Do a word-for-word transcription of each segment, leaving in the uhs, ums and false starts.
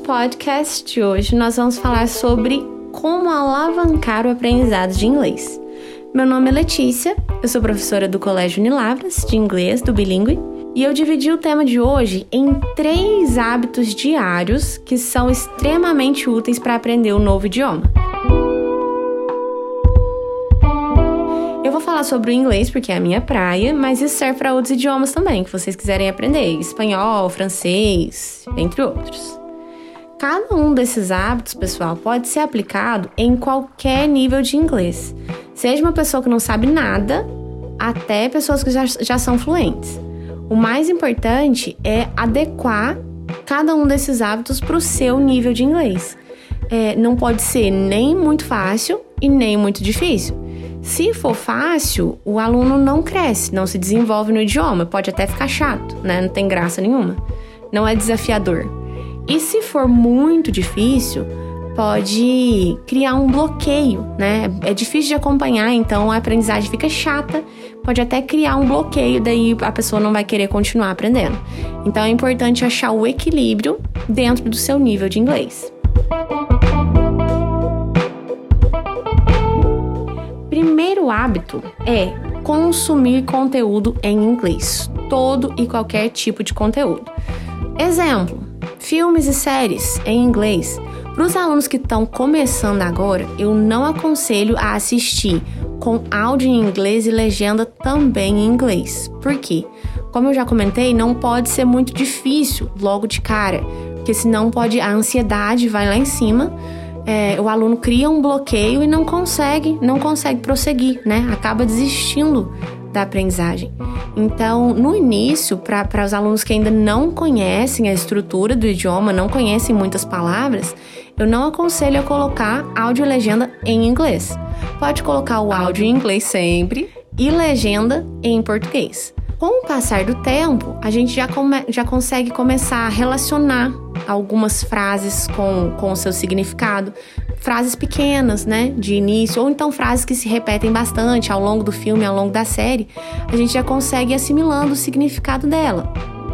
podcast de hoje nós vamos falar sobre como alavancar o aprendizado de inglês. Meu nome é Letícia, eu sou professora do Colégio Unilavras de inglês, do bilíngue, e eu dividi o tema de hoje em três hábitos diários que são extremamente úteis para aprender um novo idioma. Eu vou falar sobre o inglês porque é a minha praia, mas isso serve para outros idiomas também, que vocês quiserem aprender, espanhol, francês, entre outros. Cada um desses hábitos, pessoal, pode ser aplicado em qualquer nível de inglês. Seja uma pessoa que não sabe nada, até pessoas que já, já são fluentes. O mais importante é adequar cada um desses hábitos para o seu nível de inglês. É, não pode ser nem muito fácil e nem muito difícil. Se for fácil, o aluno não cresce, não se desenvolve no idioma, pode até ficar chato, né? Não tem graça nenhuma. Não é desafiador. E se for muito difícil, pode criar um bloqueio, né? É difícil de acompanhar, então a aprendizagem fica chata, pode até criar um bloqueio, daí a pessoa não vai querer continuar aprendendo. Então é importante achar o equilíbrio dentro do seu nível de inglês. Primeiro hábito é consumir conteúdo em inglês, todo e qualquer tipo de conteúdo. Exemplo, filmes e séries em inglês. Para os alunos que estão começando agora, eu não aconselho a assistir com áudio em inglês e legenda também em inglês. Por quê? Como eu já comentei, não pode ser muito difícil logo de cara, porque senão pode, a ansiedade vai lá em cima, é, o aluno cria um bloqueio e não consegue, não consegue prosseguir, né? Acaba desistindo da aprendizagem. Então, no início, para os alunos que ainda não conhecem a estrutura do idioma, não conhecem muitas palavras, eu não aconselho a colocar áudio e legenda em inglês. Pode colocar o áudio em inglês sempre e legenda em português. Com o passar do tempo, a gente já, come, já consegue começar a relacionar algumas frases com, com o seu significado. Frases pequenas, né, de início, ou então frases que se repetem bastante ao longo do filme, ao longo da série, a gente já consegue ir assimilando o significado dela.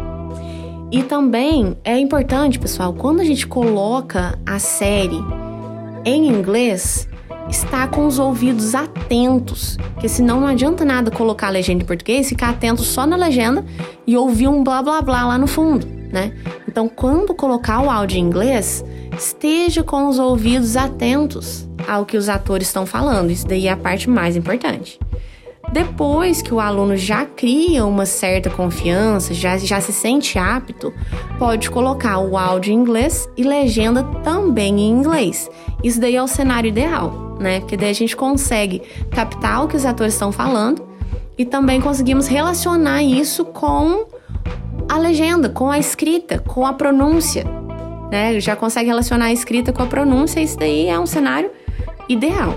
E também é importante, pessoal, quando a gente coloca a série em inglês, estar com os ouvidos atentos, porque senão não adianta nada colocar a legenda em português, ficar atento só na legenda e ouvir um blá blá blá lá no fundo, né? Então, quando colocar o áudio em inglês, esteja com os ouvidos atentos ao que os atores estão falando. Isso daí é a parte mais importante. Depois que o aluno já cria uma certa confiança, já, já se sente apto, pode colocar o áudio em inglês e legenda também em inglês. Isso daí é o cenário ideal, né? Porque daí a gente consegue captar o que os atores estão falando e também conseguimos relacionar isso com a legenda, com a escrita, com a pronúncia, né? Já consegue relacionar a escrita com a pronúncia, isso daí é um cenário ideal.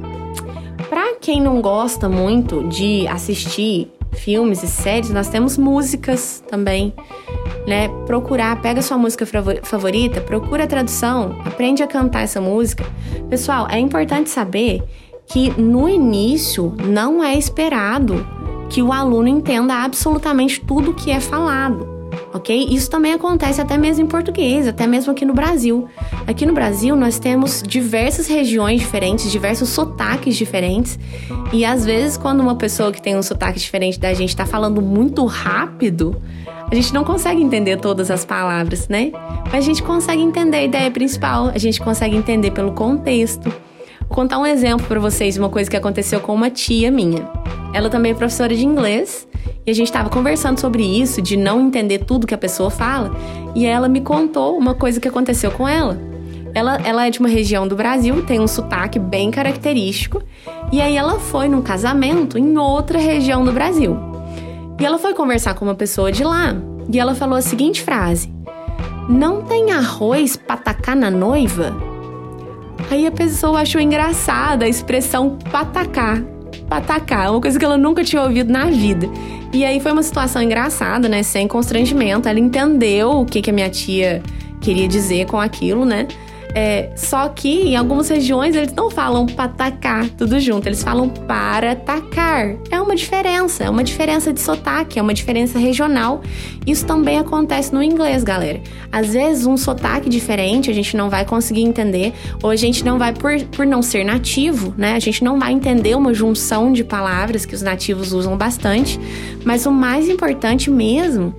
Para quem não gosta muito de assistir filmes e séries, nós temos músicas também, né? Procurar, pega sua música favorita, procura a tradução, aprende a cantar essa música. Pessoal, é importante saber que no início não é esperado que o aluno entenda absolutamente tudo o que é falado, ok? Isso também acontece até mesmo em português, até mesmo aqui no Brasil. Aqui no Brasil nós temos diversas regiões diferentes, diversos sotaques diferentes, e às vezes quando uma pessoa que tem um sotaque diferente da gente está falando muito rápido, a gente não consegue entender todas as palavras, né? Mas a gente consegue entender a ideia principal, a gente consegue entender pelo contexto. Vou contar um exemplo para vocês, uma coisa que aconteceu com uma tia minha. Ela também é professora de inglês e a gente estava conversando sobre isso, de não entender tudo que a pessoa fala, e ela me contou uma coisa que aconteceu com ela. Ela, ela é de uma região do Brasil, tem um sotaque bem característico, e aí ela foi num casamento em outra região do Brasil. E ela foi conversar com uma pessoa de lá, e ela falou a seguinte frase: "Não tem arroz pra tacar na noiva?" Aí a pessoa achou engraçada a expressão patacar. Patacar, uma coisa que ela nunca tinha ouvido na vida. E aí foi uma situação engraçada, né? Sem constrangimento. Ela entendeu o que, que a minha tia queria dizer com aquilo, né? É, só que em algumas regiões eles não falam patacar tudo junto, eles falam para tacar. É uma diferença, é uma diferença de sotaque, é uma diferença regional. Isso também acontece no inglês, galera. Às vezes um sotaque diferente a gente não vai conseguir entender, ou a gente não vai, por, por não ser nativo, né? A gente não vai entender uma junção de palavras que os nativos usam bastante. Mas o mais importante mesmo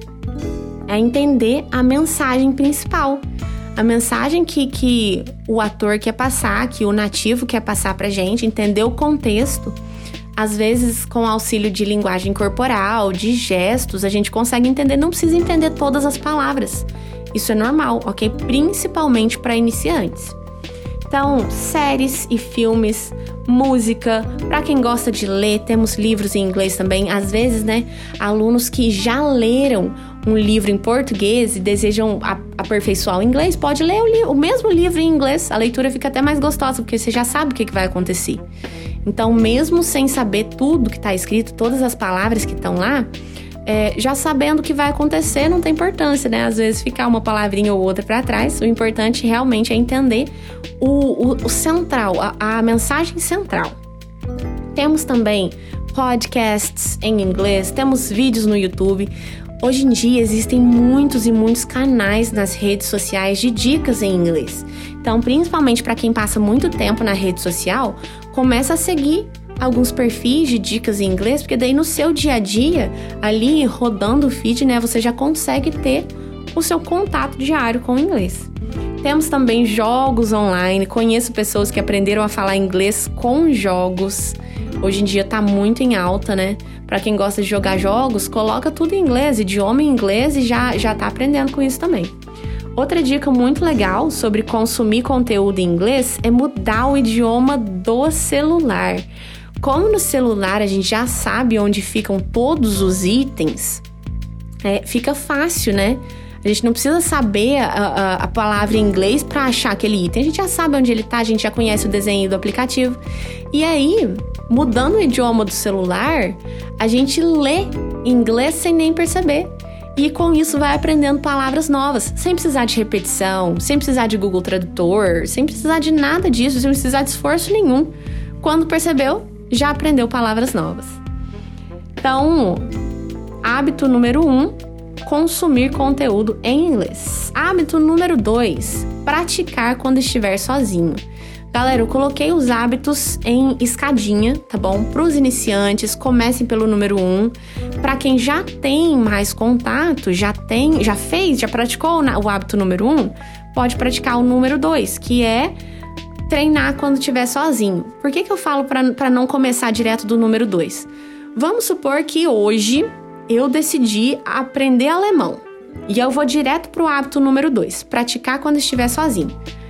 é entender a mensagem principal. A mensagem que, que o ator quer passar, que o nativo quer passar pra gente, entender o contexto. Às vezes, com auxílio de linguagem corporal, de gestos, a gente consegue entender, não precisa entender todas as palavras. Isso é normal, ok? Principalmente para iniciantes. Então, séries e filmes, música, para quem gosta de ler, temos livros em inglês também. Às vezes, né, alunos que já leram um livro em português e desejam aperfeiçoar o inglês, pode ler o, li- o mesmo livro em inglês. A leitura fica até mais gostosa, porque você já sabe o que, que vai acontecer. Então, mesmo sem saber tudo que está escrito, todas as palavras que estão lá, é, já sabendo o que vai acontecer, não tem importância, né? Às vezes ficar uma palavrinha ou outra para trás. O importante realmente é entender o, o, o central, a, a mensagem central. Temos também podcasts em inglês, temos vídeos no YouTube. Hoje em dia existem muitos e muitos canais nas redes sociais de dicas em inglês. Então, principalmente para quem passa muito tempo na rede social, começa a seguir alguns perfis de dicas em inglês, porque daí no seu dia a dia, ali rodando o feed, né, você já consegue ter o seu contato diário com o inglês. Temos também jogos online. Conheço pessoas que aprenderam a falar inglês com jogos. Hoje em dia tá muito em alta, né? Para quem gosta de jogar jogos, coloca tudo em inglês, idioma em inglês, e já, já tá aprendendo com isso também. Outra dica muito legal sobre consumir conteúdo em inglês é mudar o idioma do celular. Como no celular a gente já sabe onde ficam todos os itens, é, fica fácil, né? A gente não precisa saber a, a, a palavra em inglês para achar aquele item. A gente já sabe onde ele tá, a gente já conhece o desenho do aplicativo. E aí, mudando o idioma do celular, a gente lê inglês sem nem perceber. E com isso vai aprendendo palavras novas, sem precisar de repetição, sem precisar de Google Tradutor, sem precisar de nada disso, sem precisar de esforço nenhum. Quando percebeu, já aprendeu palavras novas. Então, hábito número um, consumir conteúdo em inglês. Hábito número dois, praticar quando estiver sozinho. Galera, eu coloquei os hábitos em escadinha, tá bom? Para os iniciantes, comecem pelo número um. Para quem já tem mais contato, já tem, já fez, já praticou o hábito número um, pode praticar o número dois, que é treinar quando estiver sozinho. Por que que eu falo para não começar direto do número dois? Vamos supor que hoje eu decidi aprender alemão e eu vou direto pro hábito número dois, praticar quando estiver sozinho.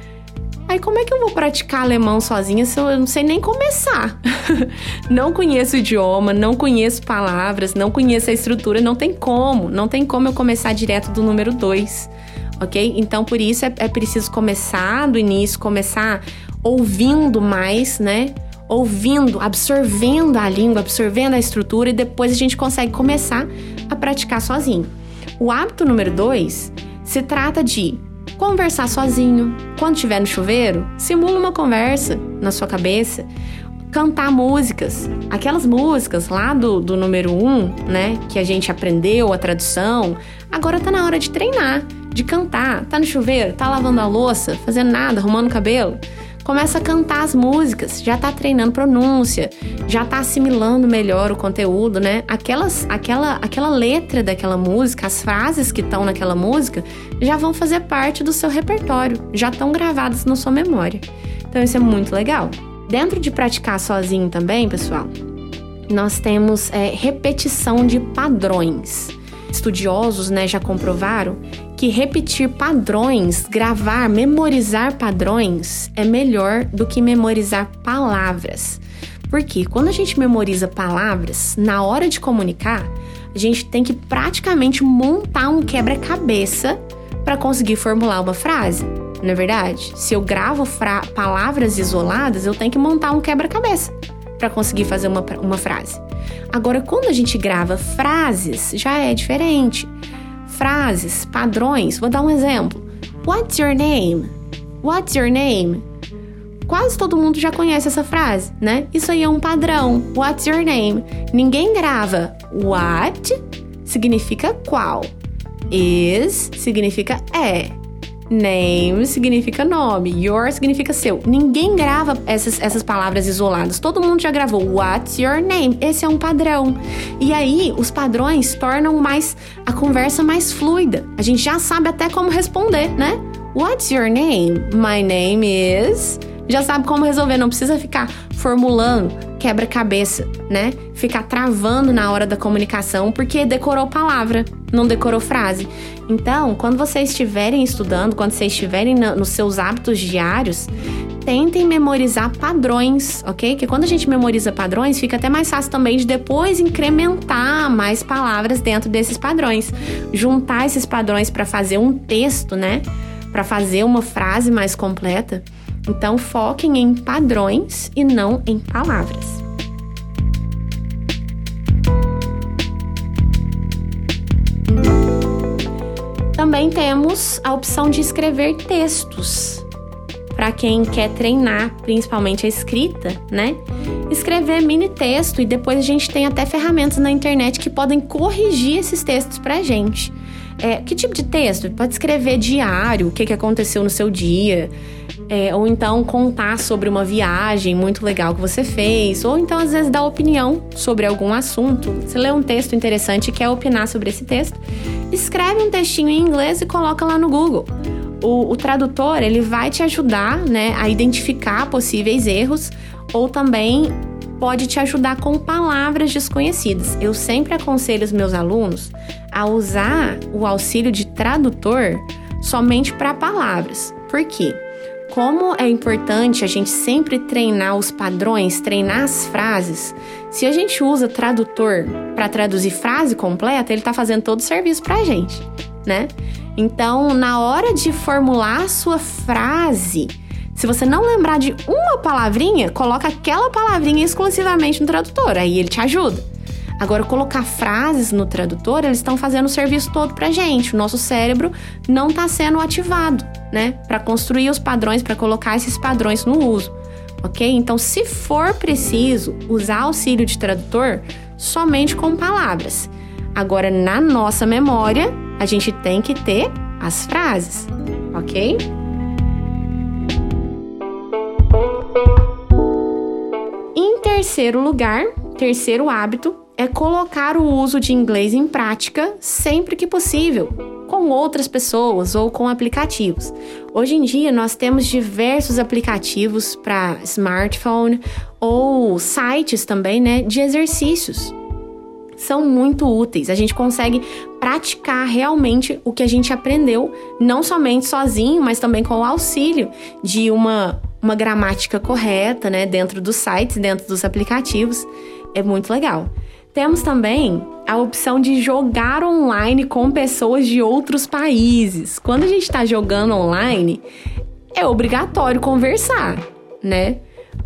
Aí como é que eu vou praticar alemão sozinha se eu não sei nem começar? Não conheço o idioma, não conheço palavras, não conheço a estrutura, não tem como, não tem como eu começar direto do número dois, ok? Então por isso é, é preciso começar do início, começar ouvindo mais, né? Ouvindo, absorvendo a língua, absorvendo a estrutura, e depois a gente consegue começar a praticar sozinho. O hábito número dois se trata de conversar sozinho. Quando estiver no chuveiro, simula uma conversa na sua cabeça. Cantar músicas, aquelas músicas lá do, do número um, né, que a gente aprendeu, a tradução. Agora tá na hora de treinar, de cantar. Tá no chuveiro, tá lavando a louça, fazendo nada, arrumando o cabelo. Começa a cantar as músicas, já tá treinando pronúncia, já tá assimilando melhor o conteúdo, né? Aquelas, aquela, aquela letra daquela música, as frases que estão naquela música, já vão fazer parte do seu repertório, já estão gravadas na sua memória. Então isso é muito legal. Dentro de praticar sozinho também, pessoal, nós temos é, repetição de padrões. Estudiosos, né, já comprovaram que repetir padrões, gravar, memorizar padrões é melhor do que memorizar palavras. Porque quando a gente memoriza palavras, na hora de comunicar, a gente tem que praticamente montar um quebra-cabeça para conseguir formular uma frase. Não é verdade? Se eu gravo fra- palavras isoladas, eu tenho que montar um quebra-cabeça para conseguir fazer uma, uma frase. Agora, quando a gente grava frases, já é diferente. Frases, padrões, vou dar um exemplo. What's your name? What's your name? Quase todo mundo já conhece essa frase, né? Isso aí é um padrão. What's your name? Ninguém grava. What significa qual. Is significa é. Name significa nome. Your significa seu. Ninguém grava essas, essas palavras isoladas. Todo mundo já gravou. What's your name? Esse é um padrão. E aí, os padrões tornam mais a conversa mais fluida. A gente já sabe até como responder, né? What's your name? My name is... Já sabe como resolver, não precisa ficar formulando quebra-cabeça, né? Ficar travando na hora da comunicação porque decorou palavra, não decorou frase. Então, quando vocês estiverem estudando, quando vocês estiverem na, nos seus hábitos diários, tentem memorizar padrões, ok? Porque quando a gente memoriza padrões, fica até mais fácil também de depois incrementar mais palavras dentro desses padrões. Juntar esses padrões para fazer um texto, né? Para fazer uma frase mais completa. Então, foquem em padrões e não em palavras. Também temos a opção de escrever textos. Para quem quer treinar, principalmente a escrita, né? Escrever mini texto e depois a gente tem até ferramentas na internet que podem corrigir esses textos pra gente. É, que tipo de texto? Pode escrever diário, o que, que aconteceu no seu dia, é, ou então contar sobre uma viagem muito legal que você fez, ou então às vezes dar opinião sobre algum assunto. Você lê um texto interessante e quer opinar sobre esse texto, escreve um textinho em inglês e coloca lá no Google. O, o tradutor, ele vai te ajudar, né, a identificar possíveis erros, ou também pode te ajudar com palavras desconhecidas. Eu sempre aconselho os meus alunos a usar o auxílio de tradutor somente para palavras. Por quê? Como é importante a gente sempre treinar os padrões, treinar as frases, se a gente usa tradutor para traduzir frase completa, ele está fazendo todo o serviço para a gente, né? Então, na hora de formular a sua frase, se você não lembrar de uma palavrinha, coloca aquela palavrinha exclusivamente no tradutor, aí ele te ajuda. Agora, colocar frases no tradutor, eles estão fazendo o serviço todo pra gente. O nosso cérebro não está sendo ativado, né? Para construir os padrões, para colocar esses padrões no uso, ok? Então, se for preciso usar auxílio de tradutor, somente com palavras. Agora, na nossa memória, a gente tem que ter as frases, ok? Em terceiro lugar, terceiro hábito, é colocar o uso de inglês em prática sempre que possível, com outras pessoas ou com aplicativos. Hoje em dia, nós temos diversos aplicativos para smartphone ou sites também, né, de exercícios. São muito úteis. A gente consegue praticar realmente o que a gente aprendeu, não somente sozinho, mas também com o auxílio de uma, uma gramática correta, né, dentro dos sites, dentro dos aplicativos. É muito legal. Temos também a opção de jogar online com pessoas de outros países. Quando a gente está jogando online, é obrigatório conversar, né?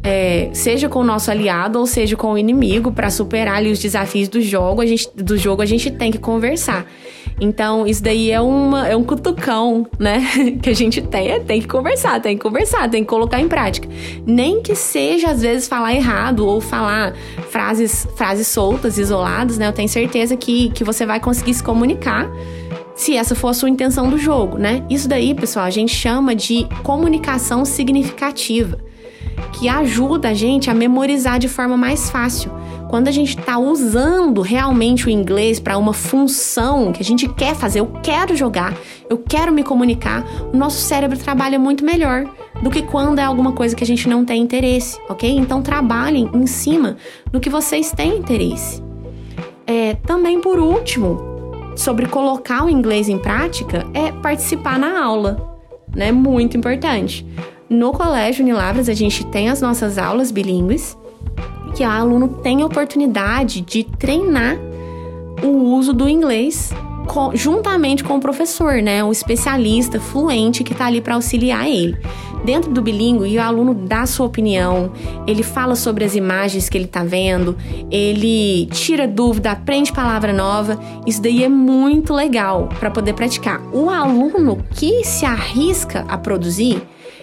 É, seja com o nosso aliado ou seja com o inimigo, para superar ali os desafios do jogo, a gente, do jogo, a gente tem que conversar. Então, isso daí é, uma, é um cutucão, né? Que a gente tem, é, tem que conversar, tem que conversar, tem que colocar em prática. Nem que seja, às vezes, falar errado ou falar frases, frases soltas, isoladas, né? Eu tenho certeza que, que você vai conseguir se comunicar se essa for a sua intenção do jogo, né? Isso daí, pessoal, a gente chama de comunicação significativa, que ajuda a gente a memorizar de forma mais fácil. Quando a gente está usando realmente o inglês para uma função que a gente quer fazer, eu quero jogar, eu quero me comunicar, o nosso cérebro trabalha muito melhor do que quando é alguma coisa que a gente não tem interesse, ok? Então trabalhem em cima do que vocês têm interesse. É, também, por último, sobre colocar o inglês em prática, é participar na aula, né? Muito importante. No Colégio Unilavras, a gente tem as nossas aulas bilíngues, que o aluno tem a oportunidade de treinar o uso do inglês com, juntamente com o professor, né? Um especialista fluente que está ali para auxiliar ele. Dentro do bilíngue, o aluno dá a sua opinião, ele fala sobre as imagens que ele está vendo, ele tira dúvida, aprende palavra nova. Isso daí é muito legal para poder praticar. O aluno que se arrisca a produzir,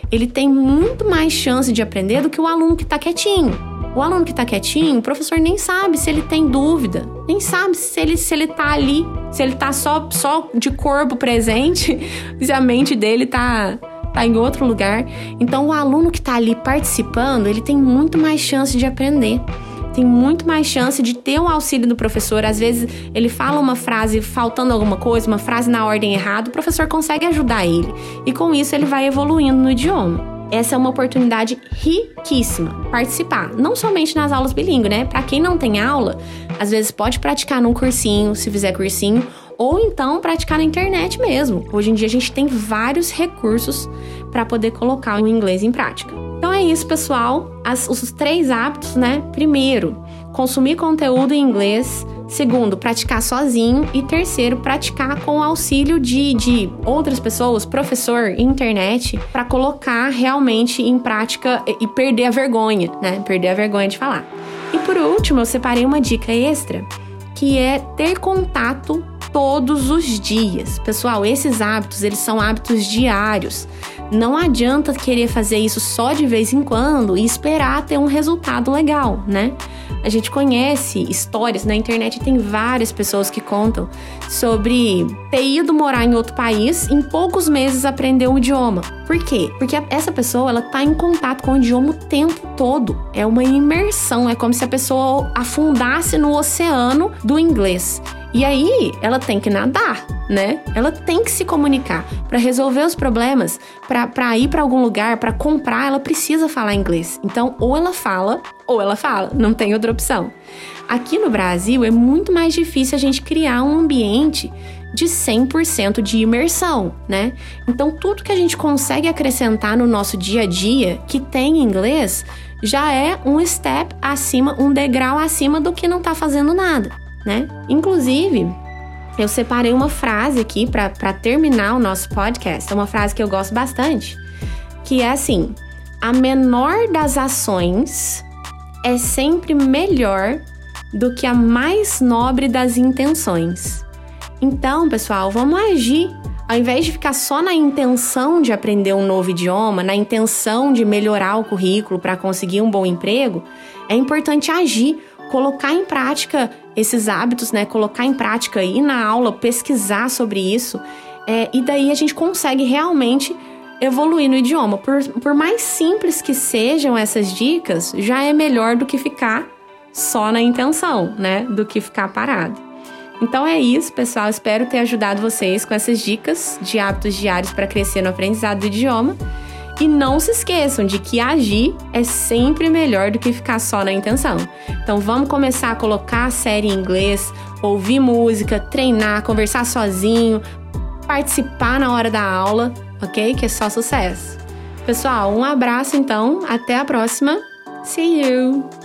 ele tem muito mais chance de aprender do que o aluno que tá quietinho. O aluno que tá quietinho, o professor nem sabe se ele tem dúvida, nem sabe se ele, se ele tá ali, se ele tá só, só de corpo presente, se a mente dele tá, tá em outro lugar. Então, o aluno que tá ali participando, ele tem muito mais chance de aprender. Tem muito mais chance de ter o auxílio do professor. Às vezes, ele fala uma frase faltando alguma coisa, uma frase na ordem errada, o professor consegue ajudar ele. E com isso, ele vai evoluindo no idioma. Essa é uma oportunidade riquíssima, participar, não somente nas aulas bilíngue, né? Para quem não tem aula, às vezes pode praticar num cursinho, se fizer cursinho, ou então praticar na internet mesmo. Hoje em dia a gente tem vários recursos para poder colocar o inglês em prática. Então é isso, pessoal. As, os três hábitos, né? Primeiro, consumir conteúdo em inglês. Segundo, praticar sozinho. E terceiro, praticar com o auxílio de, de outras pessoas, professor, internet, para colocar realmente em prática e perder a vergonha, né? Perder a vergonha de falar. E por último, eu separei uma dica extra, que é ter contato todos os dias. Pessoal, esses hábitos, eles são hábitos diários. Não adianta querer fazer isso só de vez em quando e esperar ter um resultado legal, né? A gente conhece histórias na internet, tem várias pessoas que contam sobre ter ido morar em outro país e em poucos meses aprender o idioma. Por quê? Porque essa pessoa, ela tá em contato com o idioma o tempo todo. É uma imersão, é como se a pessoa afundasse no oceano do inglês. E aí, ela tem que nadar, né? Ela tem que se comunicar. Para resolver os problemas, para ir para algum lugar, para comprar, ela precisa falar inglês. Então, ou ela fala, ou ela fala. Não tem outra opção. Aqui no Brasil, é muito mais difícil a gente criar um ambiente de cem por cento de imersão, né? Então, tudo que a gente consegue acrescentar no nosso dia a dia, que tem inglês, já é um step acima, um degrau acima do que não tá fazendo nada, né? Inclusive, eu separei uma frase aqui para terminar o nosso podcast. É uma frase que eu gosto bastante, que é assim: a menor das ações é sempre melhor do que a mais nobre das intenções. Então, pessoal, vamos agir. Ao invés de ficar só na intenção de aprender um novo idioma, na intenção de melhorar o currículo para conseguir um bom emprego, é importante agir, colocar em prática esses hábitos, né? Colocar em prática, ir na aula, pesquisar sobre isso, é, e daí a gente consegue realmente evoluir no idioma. Por, por mais simples que sejam essas dicas, já é melhor do que ficar só na intenção, né? Do que ficar parado. Então é isso, pessoal. Espero ter ajudado vocês com essas dicas de hábitos diários para crescer no aprendizado do idioma. E não se esqueçam de que agir é sempre melhor do que ficar só na intenção. Então vamos começar a colocar a série em inglês, ouvir música, treinar, conversar sozinho, participar na hora da aula, ok? Que é só sucesso. Pessoal, um abraço então, até a próxima. See you!